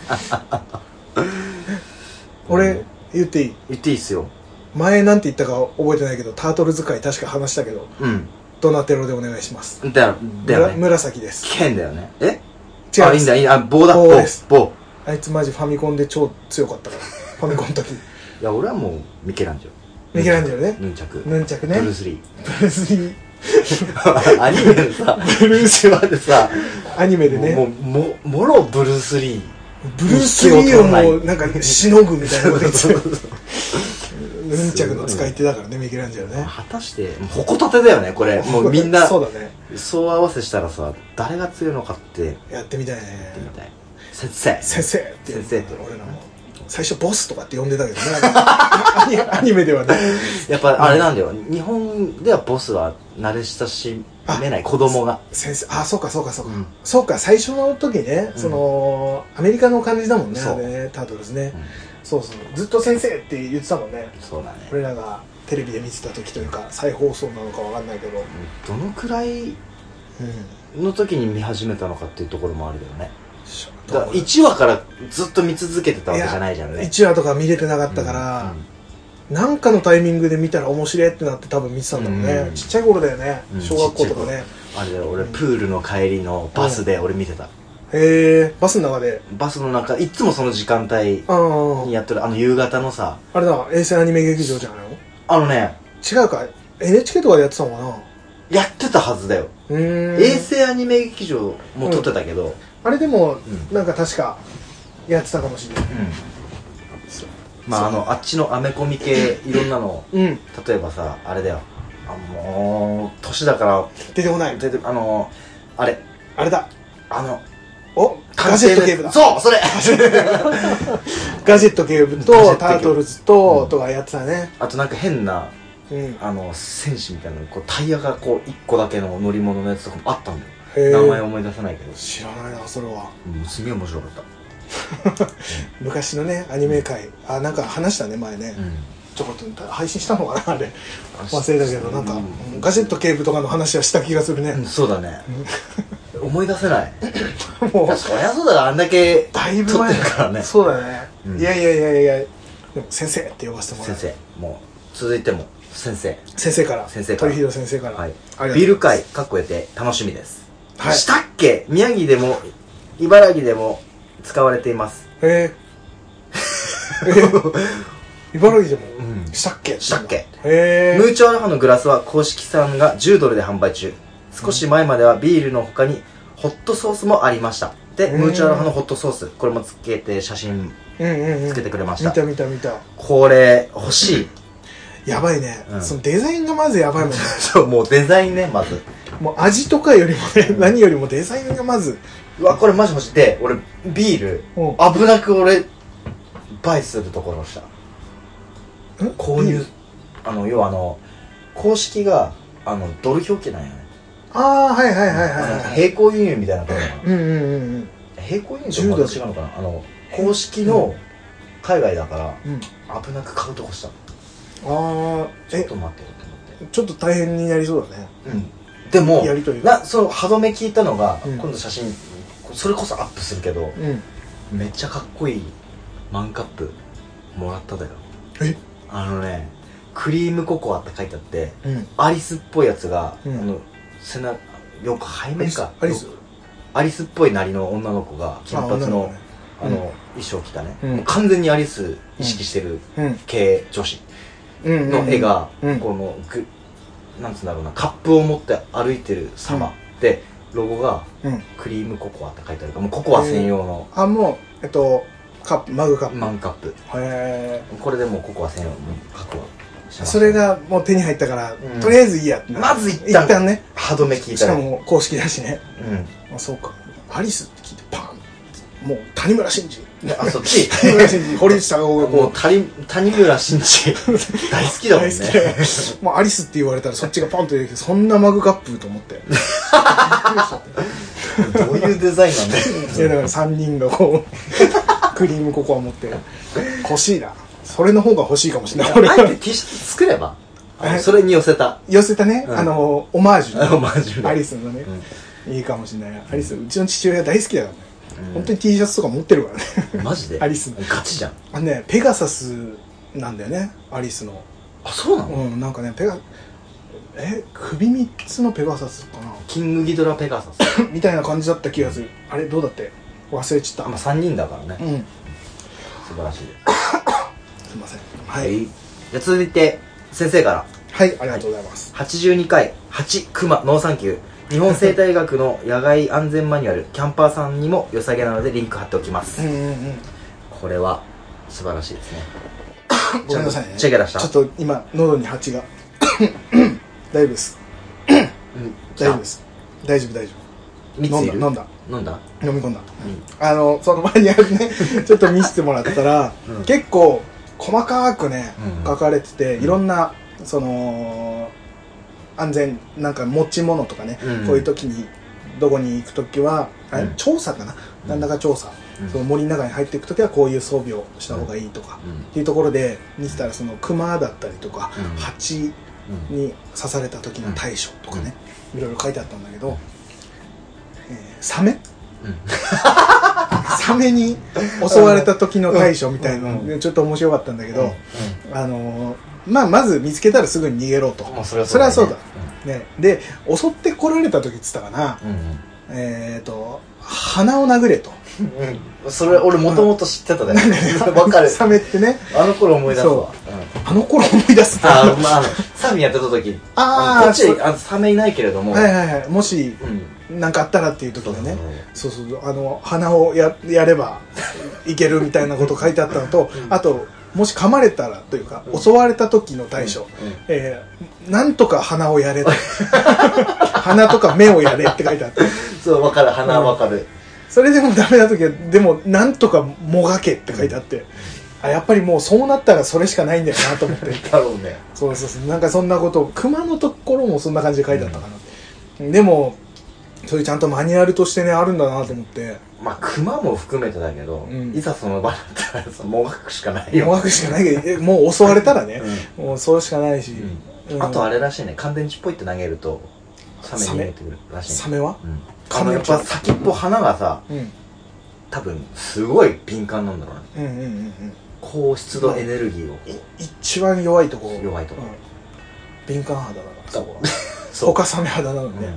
[SPEAKER 2] 俺言っていい？
[SPEAKER 1] 言っていいっすよ。
[SPEAKER 2] 前なんて言ったか覚えてないけど、タートル使い確か話したけど、ドナテロでお願いします。
[SPEAKER 1] だよね。
[SPEAKER 2] 紫です。
[SPEAKER 1] 危険だよね。え？
[SPEAKER 2] 違う。
[SPEAKER 1] いいんだ。棒だ。
[SPEAKER 2] 棒です。
[SPEAKER 1] 棒。
[SPEAKER 2] あいつマジファミコンで超強かったから。ファミコンの時。い
[SPEAKER 1] や、俺はもうミケランジェロ。
[SPEAKER 2] ミケランジェロね。
[SPEAKER 1] ヌンチャク
[SPEAKER 2] ね。
[SPEAKER 1] ブルース・リ
[SPEAKER 2] ー。
[SPEAKER 1] アニメでさ、
[SPEAKER 2] ブルース
[SPEAKER 1] までさ、
[SPEAKER 2] アニメでね。
[SPEAKER 1] もろブルース・リー。
[SPEAKER 2] ブルース・リーをもうなんかしのぐみたいなこと言ってヌンチャクの使い手だからね、ミケランジェロね。
[SPEAKER 1] 果たしてほこたてだよね、これ。もうみんな
[SPEAKER 2] そうだね。
[SPEAKER 1] そう合わせしたらさ、誰が強いのかって
[SPEAKER 2] やってみたいね。
[SPEAKER 1] やってみたい。先生
[SPEAKER 2] って俺らも最初ボスとかって呼んでたけどねアニメではね
[SPEAKER 1] やっぱあれなんだよ、日本ではボスは慣れ親しめない子供が
[SPEAKER 2] 先生、そうか、そうか、最初の時ね、そのアメリカの感じだもんね、あれね、タートルズね、そうずっと先生って言ってたもんね。
[SPEAKER 1] そうだね、
[SPEAKER 2] 俺らがテレビで見てた時というか再放送なのかわかんないけど、
[SPEAKER 1] どのくらいの時に見始めたのかっていうところもあるけどね。だから1話からずっと見続けてたわけじゃないじゃんね。
[SPEAKER 2] 1話とか見れてなかったから、なんかのタイミングで見たら面白いってなって多分見てたんだろうね、ちっちゃい頃だよね、小学校とかね。
[SPEAKER 1] あれだよ、俺プールの帰りのバスで俺見てた。
[SPEAKER 2] へえ、バスの中で。
[SPEAKER 1] バスの中、いつもその時間帯にやってる、夕方のさ、
[SPEAKER 2] あれだ、衛星アニメ劇場じゃないの？違うか、 NHK とかでやってたのかな。
[SPEAKER 1] やってたはずだよ。衛星アニメ劇場も撮ってたけど、
[SPEAKER 2] あれでもなんか確かやってたかもしれない。 あ
[SPEAKER 1] っちのアメコミ系いろんなの、例えばさ、あれだよ、もう年だから
[SPEAKER 2] 出てこない。
[SPEAKER 1] あれだ、
[SPEAKER 2] ガジェット警部だ。
[SPEAKER 1] そう、それ
[SPEAKER 2] ガジェット警部とタートルズとかやってたね。
[SPEAKER 1] あとなんか変な戦士みたいなタイヤがこう1個だけの乗り物のやつとかもあったんだよ。名前思い出せないけど。
[SPEAKER 2] 知らないな、それは。
[SPEAKER 1] すげえ面白かった。
[SPEAKER 2] 昔のね、アニメ界、なんか話したね、前ね。ちょこっと配信したのかな、あれ。忘れたけど、なんかガジェット警部とかの話はした気がするね。
[SPEAKER 1] そうだね。思い出せない。もうそりゃそうだよ、あんだけ
[SPEAKER 2] だいぶ前
[SPEAKER 1] 撮ってるからね。
[SPEAKER 2] そうだね。いや、でも先生って呼ばせてもらう。
[SPEAKER 1] 先生、もう続いても先生から
[SPEAKER 2] 鳥広先生から。
[SPEAKER 1] ビル会かっこえて楽しみです。したっけ、宮城でも茨城でも使われています。
[SPEAKER 2] 茨城でもしたっけ。
[SPEAKER 1] ムーチョアルファのグラスは公式産が$10で販売中。少し前まではビールの他にホットソースもありました。で、ムーチョアルファのホットソース、これもつけて写真つけてくれました。
[SPEAKER 2] 見た。
[SPEAKER 1] これ欲しい。
[SPEAKER 2] やばいね、そのデザインがまずやばいもんね。
[SPEAKER 1] そう、もうデザインね、まず
[SPEAKER 2] もう味とかよりもね、何よりもデザインがまず、
[SPEAKER 1] うわ、これマジ欲しい。で、俺ビール危なく俺バイするところをした。購入、要は公式がドル表記なんやね。並行輸入みたいなことかな。並行輸入とまた違うのかな。公式の海外だから危なく買うとこした。ちょっと待ってよって思って。
[SPEAKER 2] ちょっと大変になりそうだね。
[SPEAKER 1] でもその歯止め聞いたのが、今度写真それこそアップするけど、めっちゃかっこいいマンカップもらっただよ。クリームココアって書いてあって、アリスっぽいやつが背中よく背面か、アリスっぽいなりの女の子が金髪の衣装着たね、もう完全にアリス意識してる系女子の絵が、このなんつうんだろうな、カップを持って歩いてる様で、ロゴがクリームココアって書いてあるから、もうココア専用の
[SPEAKER 2] もうカップ、マグカップ、
[SPEAKER 1] マンカップ。これでもうココア専用のカップは
[SPEAKER 2] それがもう手に入ったから、とりあえずいいやって。
[SPEAKER 1] まず一旦ね、歯止め聞いたら。
[SPEAKER 2] しかも公式だしね。そうか、アリスって聞いてパンって、もう谷村新司、
[SPEAKER 1] そっち
[SPEAKER 2] 谷村新司、堀内孝雄が
[SPEAKER 1] もう谷村新司大好きだもんね。
[SPEAKER 2] もうアリスって言われたらそっちがポンと出てきて、そんなマグカップと思って
[SPEAKER 1] どういうデザインなんだよ。
[SPEAKER 2] いや、だから3人がこうクリームココア持って欲しいな。それの方が欲しいかもしれない。
[SPEAKER 1] あえて T シャツ作れば、それに寄せた
[SPEAKER 2] ね、オマージュ
[SPEAKER 1] ア
[SPEAKER 2] リスのね、いいかもしれない。アリス、うちの父親大好きだからね。本当に T シャツとか持ってるからね。
[SPEAKER 1] マジで
[SPEAKER 2] アリスの
[SPEAKER 1] ガチじゃん。
[SPEAKER 2] ペガサスなんだよね、アリスの。
[SPEAKER 1] そうなの？
[SPEAKER 2] なんかね、首3つのペガサスかな、
[SPEAKER 1] キングギドラペガサス
[SPEAKER 2] みたいな感じだった気がする。あれどうだって、忘れちゃった。
[SPEAKER 1] 3人だからね。素晴らしいです。
[SPEAKER 2] すいません。
[SPEAKER 1] じゃあ続いて先生から。
[SPEAKER 2] はい、ありがとうございます。
[SPEAKER 1] 82回8クマノーサンキュー日本生態学の野外安全マニュアルキャンパーさんにも良さげなのでリンク貼っておきます。これは素晴らしいですね。
[SPEAKER 2] ごめんなさいね、
[SPEAKER 1] チェケ出した。
[SPEAKER 2] ちょっと今喉に蜂が大丈夫です。大丈夫です。大丈夫。
[SPEAKER 1] 3ついる。
[SPEAKER 2] 飲んだ
[SPEAKER 1] 飲んだ
[SPEAKER 2] 飲み込んだ、そのマニュアルねちょっと見せてもらったら、結構細かくね、書かれてて、いろんなその安全なんか持ち物とかね、こういう時にどこに行く時は、調査かな、なんだか調査、その森の中に入っていく時はこういう装備をした方がいいとか、っていうところで見てたら、その熊だったりとか、蜂に刺された時の対処とかね、いろいろ書いてあったんだけど、サメサメに襲われた時の対処みたいなのちょっと面白かったんだけど、まず見つけたらすぐに逃げろと、それはそうだ、で襲ってこられた時っつったかな、鼻を殴れと、
[SPEAKER 1] それ俺もともと知ってたね。分かる。
[SPEAKER 2] サメってね、
[SPEAKER 1] あの頃思い出すわ。
[SPEAKER 2] あの頃思い出す。
[SPEAKER 1] サーフィンやってた時、こっちサメいないけれども、
[SPEAKER 2] もしなんかあったらっていう時でね、そう鼻をやればいけるみたいなこと書いてあったのと、あともし噛まれたらというか襲われた時の対処、なんとか鼻をやれ鼻とか目をやれって書いてあって、
[SPEAKER 1] そう分かる、鼻は分かる。
[SPEAKER 2] それでもダメな時はでもなんとかもがけって書いてあって、やっぱりもうそうなったらそれしかないんだよなと思って
[SPEAKER 1] だろうね。
[SPEAKER 2] そうなんかそんなこと熊のところもそんな感じで書いてあったかな、でもそういうちゃんとマニュアルとしてねあるんだなと思って、
[SPEAKER 1] 熊も含めてだけど、いざその場だったらもがくしかないよ。
[SPEAKER 2] もがくしかないけど、もう襲われたらね、もうそうしかないし、
[SPEAKER 1] あとあれらしいね、乾電池ポイって投げるとサメに逃げてくるらしいね。
[SPEAKER 2] サメは
[SPEAKER 1] やっぱ先っぽ鼻がさ、多分すごい敏感なんだろうね。高湿度エネルギーを
[SPEAKER 2] 一番弱いところ、敏感肌だからそこは他サメ肌なのね、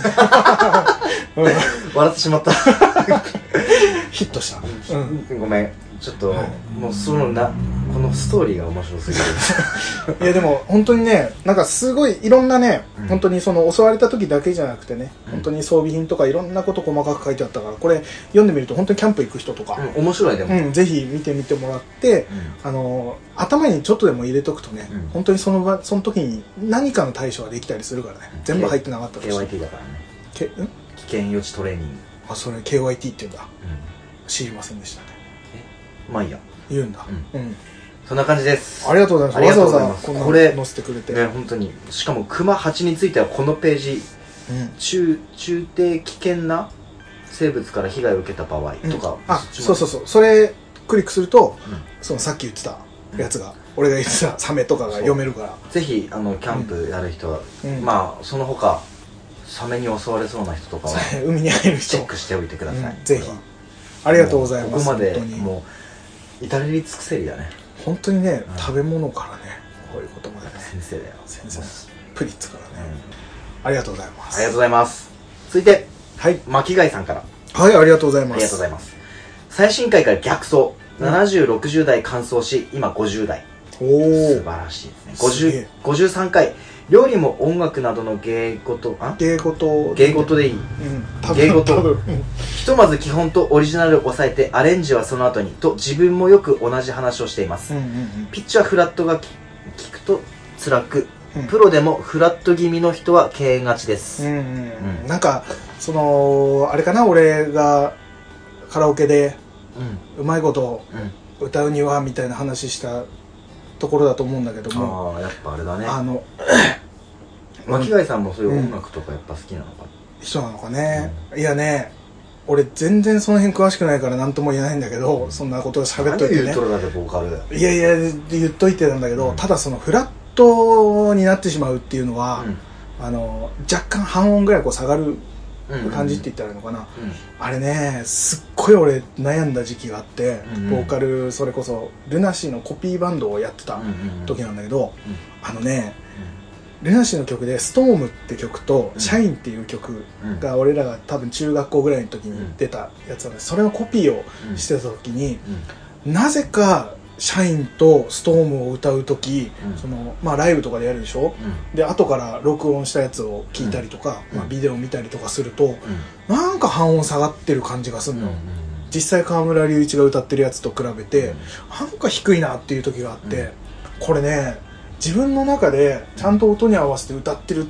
[SPEAKER 1] 笑ってしまった。
[SPEAKER 2] ヒットした、
[SPEAKER 1] ごめん、ちょっともうこのストーリーが面白すぎる。
[SPEAKER 2] いやでも本当にね、なんかすごいいろんなね、本当にその襲われた時だけじゃなくてね、本当に装備品とかいろんなこと細かく書いてあったから、これ読んでみると本当にキャンプ行く人とか
[SPEAKER 1] 面白い。でも
[SPEAKER 2] ぜひ見てみてもらって、頭にちょっとでも入れとくとね、本当にその時に何かの対処ができたりするからね、全部入ってなかったとして
[SPEAKER 1] KYT だからね、危険予知トレーニング。
[SPEAKER 2] それ KYT って言うんだ、知りませんでしたね。
[SPEAKER 1] まあいいや、
[SPEAKER 2] 言うんだ。
[SPEAKER 1] そんな感じです。
[SPEAKER 2] ありがとうございます。わざわざこんなの載せてくれて。
[SPEAKER 1] 本当に。しかも熊蜂についてはこのページ、中低危険な生物から被害を受けた場合とか、
[SPEAKER 2] そうそれクリックすると、そのさっき言ってたやつが、俺が言ってたサメとかが読めるから、
[SPEAKER 1] ぜひキャンプやる人は、その他サメに襲われそうな人とかは
[SPEAKER 2] 海に入る人
[SPEAKER 1] チェックしておいてください。
[SPEAKER 2] ぜひ。ありがとうございます。
[SPEAKER 1] ここまでもう至れり尽くせりだね。
[SPEAKER 2] 本当にね、食べ物からね、こういうことまでね。
[SPEAKER 1] 先生だよ。
[SPEAKER 2] 先生。プリッツからね。ありがとうございます。
[SPEAKER 1] ありがとうございます。続いて、巻貝さんから。
[SPEAKER 2] はい、ありがとうございます。
[SPEAKER 1] ありがとうございます。最新回から逆走。70、60代完走し、今50代。素晴らしいですね。53回。料理も音楽などの芸事でいい。芸事。ひとまず基本とオリジナルを抑えてアレンジはその後にと自分もよく同じ話をしています。ピッチはフラットが効くと辛く、プロでもフラット気味の人は敬遠がちです。
[SPEAKER 2] なんかそのあれかな、俺がカラオケでうまいこと歌うにはみたいな話したところだと思うんだけども、
[SPEAKER 1] やっぱあれだね、巻貝さんもそういう音楽とかやっぱ好きなのか、
[SPEAKER 2] 人なのかね。いやね、俺全然その辺詳しくないから何とも言えないんだけど、そんなことを喋っといてね。
[SPEAKER 1] 言っとるだけボーカル。
[SPEAKER 2] いや言っといてなんだけど、ただそのフラットになってしまうっていうのは、若干半音ぐらいこう下がる感じって言ったらいいのかな、あれね、すっごい俺悩んだ時期があって、ボーカル、それこそルナシーのコピーバンドをやってた時なんだけど、ルナシーの曲で「ストームって曲と「シャインっていう曲が俺らが多分中学校ぐらいの時に出たやつなんで、それのコピーをしてた時に、なぜかシャインとストームを歌う時、ライブとかでやるでしょ、で後から録音したやつを聞いたりとか、ビデオ見たりとかすると、なんか半音下がってる感じがするの、実際河村隆一が歌ってるやつと比べて、なんか低いなっていう時があって、これね、自分の中でちゃんと音に合わせて歌ってる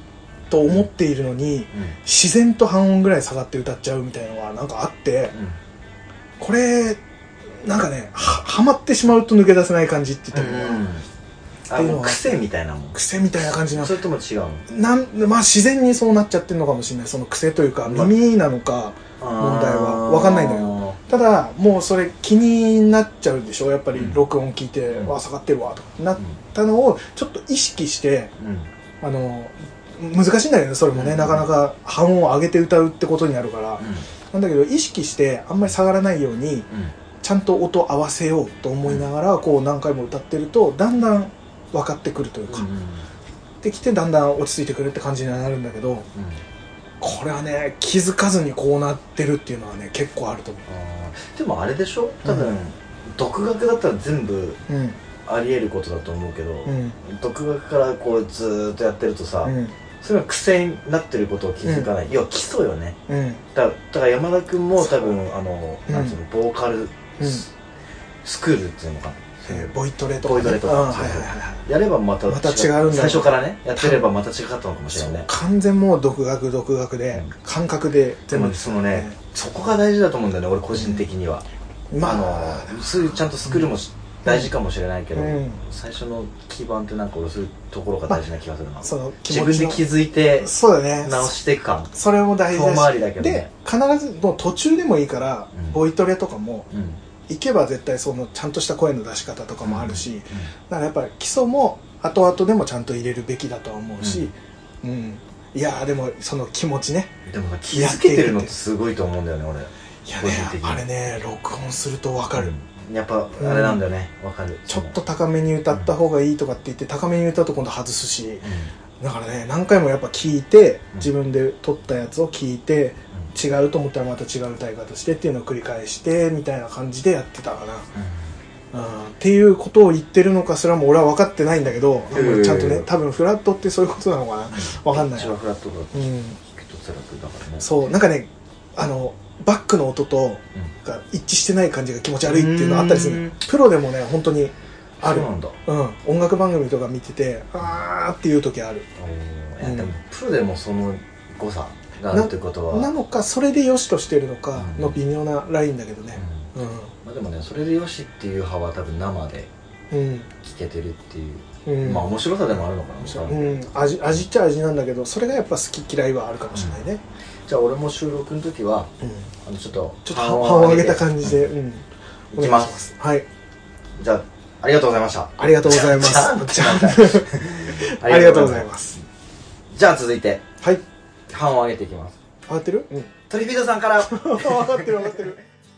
[SPEAKER 2] と思っているのに、自然と半音ぐらい下がって歌っちゃうみたいなのがなんかあって、これなんかね、はまってしまうと抜け出せない感じって言った
[SPEAKER 1] らいいのかな。癖みたいなもん。
[SPEAKER 2] 癖みたいな感じなの。
[SPEAKER 1] それとも違う
[SPEAKER 2] の？まあ自然にそうなっちゃってるのかもしれない。その癖というか耳なのか問題は分かんないんだけど、ただもうそれ気になっちゃうでしょ。やっぱり録音聞いて、わ下がってるわとかなったのをちょっと意識して、難しいんだけどそれもね、なかなか半音を上げて歌うってことになるから、なんだけど意識してあんまり下がらないように、ちゃんと音合わせようと思いながらこう何回も歌ってるとだんだん分かってくるというか、できてだんだん落ち着いてくるって感じになるんだけど、これはね気づかずにこうなってるっていうのはね結構あると思う。
[SPEAKER 1] でもあれでしょ、多分、独学だったら全部ありえることだと思うけど、独学からこうずーっとやってるとさ、それが癖になってることを気づかない、要は基礎よね、だから山田君も多分なんていうの、ボーカルスクールっていうのかな、
[SPEAKER 2] ボイトレとか
[SPEAKER 1] やればまた違うんだ、最初からねやってればまた違かったのかもしれないね。
[SPEAKER 2] 完全もう独学で感覚で
[SPEAKER 1] 全部そのね、そこが大事だと思うんだよね、俺個人的には。そういうちゃんとスクールも大事かもしれないけど、最初の基盤ってなんか俺そういうところが大事な気がするな。自分で気づいて直していく感、
[SPEAKER 2] それも大事だし、
[SPEAKER 1] 遠回りだけどね。
[SPEAKER 2] で必ずもう途中でもいいから、ボイトレとかも行けば絶対そのちゃんとした声の出し方とかもあるし、だからやっぱり基礎も後々でもちゃんと入れるべきだとは思うし、いやでもその気持ちね、
[SPEAKER 1] でも気づけてるのってすごいと思うんだよね俺。
[SPEAKER 2] いやね、あれね録音すると分かる、
[SPEAKER 1] やっぱあれなんだよね、分かる。
[SPEAKER 2] ちょっと高めに歌った方がいいとかって言って高めに歌うと今度外すし、だからね何回もやっぱ聞いて、自分で撮ったやつを聞いて、違うと思ったらまた違う歌い方してっていうのを繰り返してみたいな感じでやってたかな、っていうことを言ってるのかすらも俺は分かってないんだけど、ちゃんとね多分フラットってそういうことなのかな、分かんない。
[SPEAKER 1] 一番フラットだと聞くと辛くだからね。
[SPEAKER 2] そうなんかねバックの音とが一致してない感じが気持ち悪いっていうのがあったりする。プロでもね本当にある。音楽番組とか見ててあーっていう時ある。
[SPEAKER 1] でもプロでもその誤差があるってことは
[SPEAKER 2] なのか、それで良しとしてるのかの微妙なラインだけどね。
[SPEAKER 1] でもねそれで良しっていう派は多分生で聴けてるっていう、まあ面白さでもあるのかな。
[SPEAKER 2] 味っちゃ味なんだけど、それがやっぱ好き嫌いはあるかもしれないね。
[SPEAKER 1] じゃあ俺も収録の時はちょっと
[SPEAKER 2] 半音上げた感じで
[SPEAKER 1] いきます。
[SPEAKER 2] はい、
[SPEAKER 1] じゃあありがとうございました。
[SPEAKER 2] ありがとうございます。ありがとうございます。
[SPEAKER 1] じゃあ続いて
[SPEAKER 2] はい
[SPEAKER 1] 半音上げていきます。
[SPEAKER 2] 上がってる？
[SPEAKER 1] トリフィードさんから
[SPEAKER 2] 分かってる分かってる。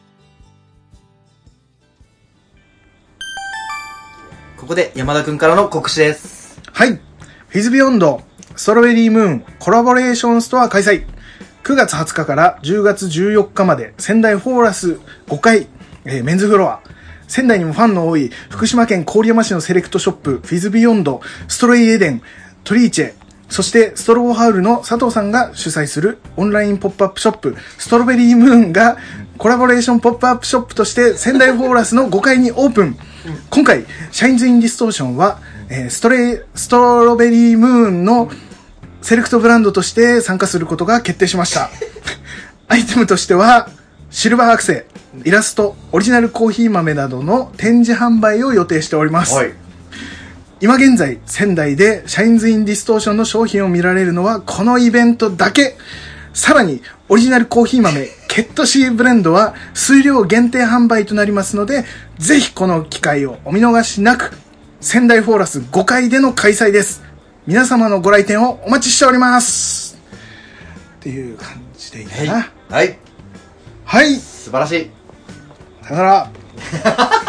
[SPEAKER 1] ここで山田くんからの告知です。
[SPEAKER 2] はい、フィズビヨンドストロベリームーンコラボレーションストア開催。9月20日から10月14日まで仙台フォーラス5階、メンズフロア。仙台にもファンの多い福島県郡山市のセレクトショップフィズビヨンド、ストレイエデン、トリーチェ、そしてストロボハウルの佐藤さんが主催するオンラインポップアップショップストロベリームーンがコラボレーションポップアップショップとして仙台フォーラスの5階にオープン。今回シャインズインディストーションは、ストロベリームーンのセレクトブランドとして参加することが決定しました。アイテムとしてはシルバーアクセ、イラスト、オリジナルコーヒー豆などの展示販売を予定しております。今現在仙台でシャインズインディストーションの商品を見られるのはこのイベントだけ。さらにオリジナルコーヒー豆ケットシーブレンドは数量限定販売となりますので、ぜひこの機会をお見逃しなく。仙台フォーラス5階での開催です。皆様のご来店をお待ちしておりますっていう感じでいいかな。
[SPEAKER 1] はい、
[SPEAKER 2] はい、
[SPEAKER 1] 素晴らしい。
[SPEAKER 2] さよなら。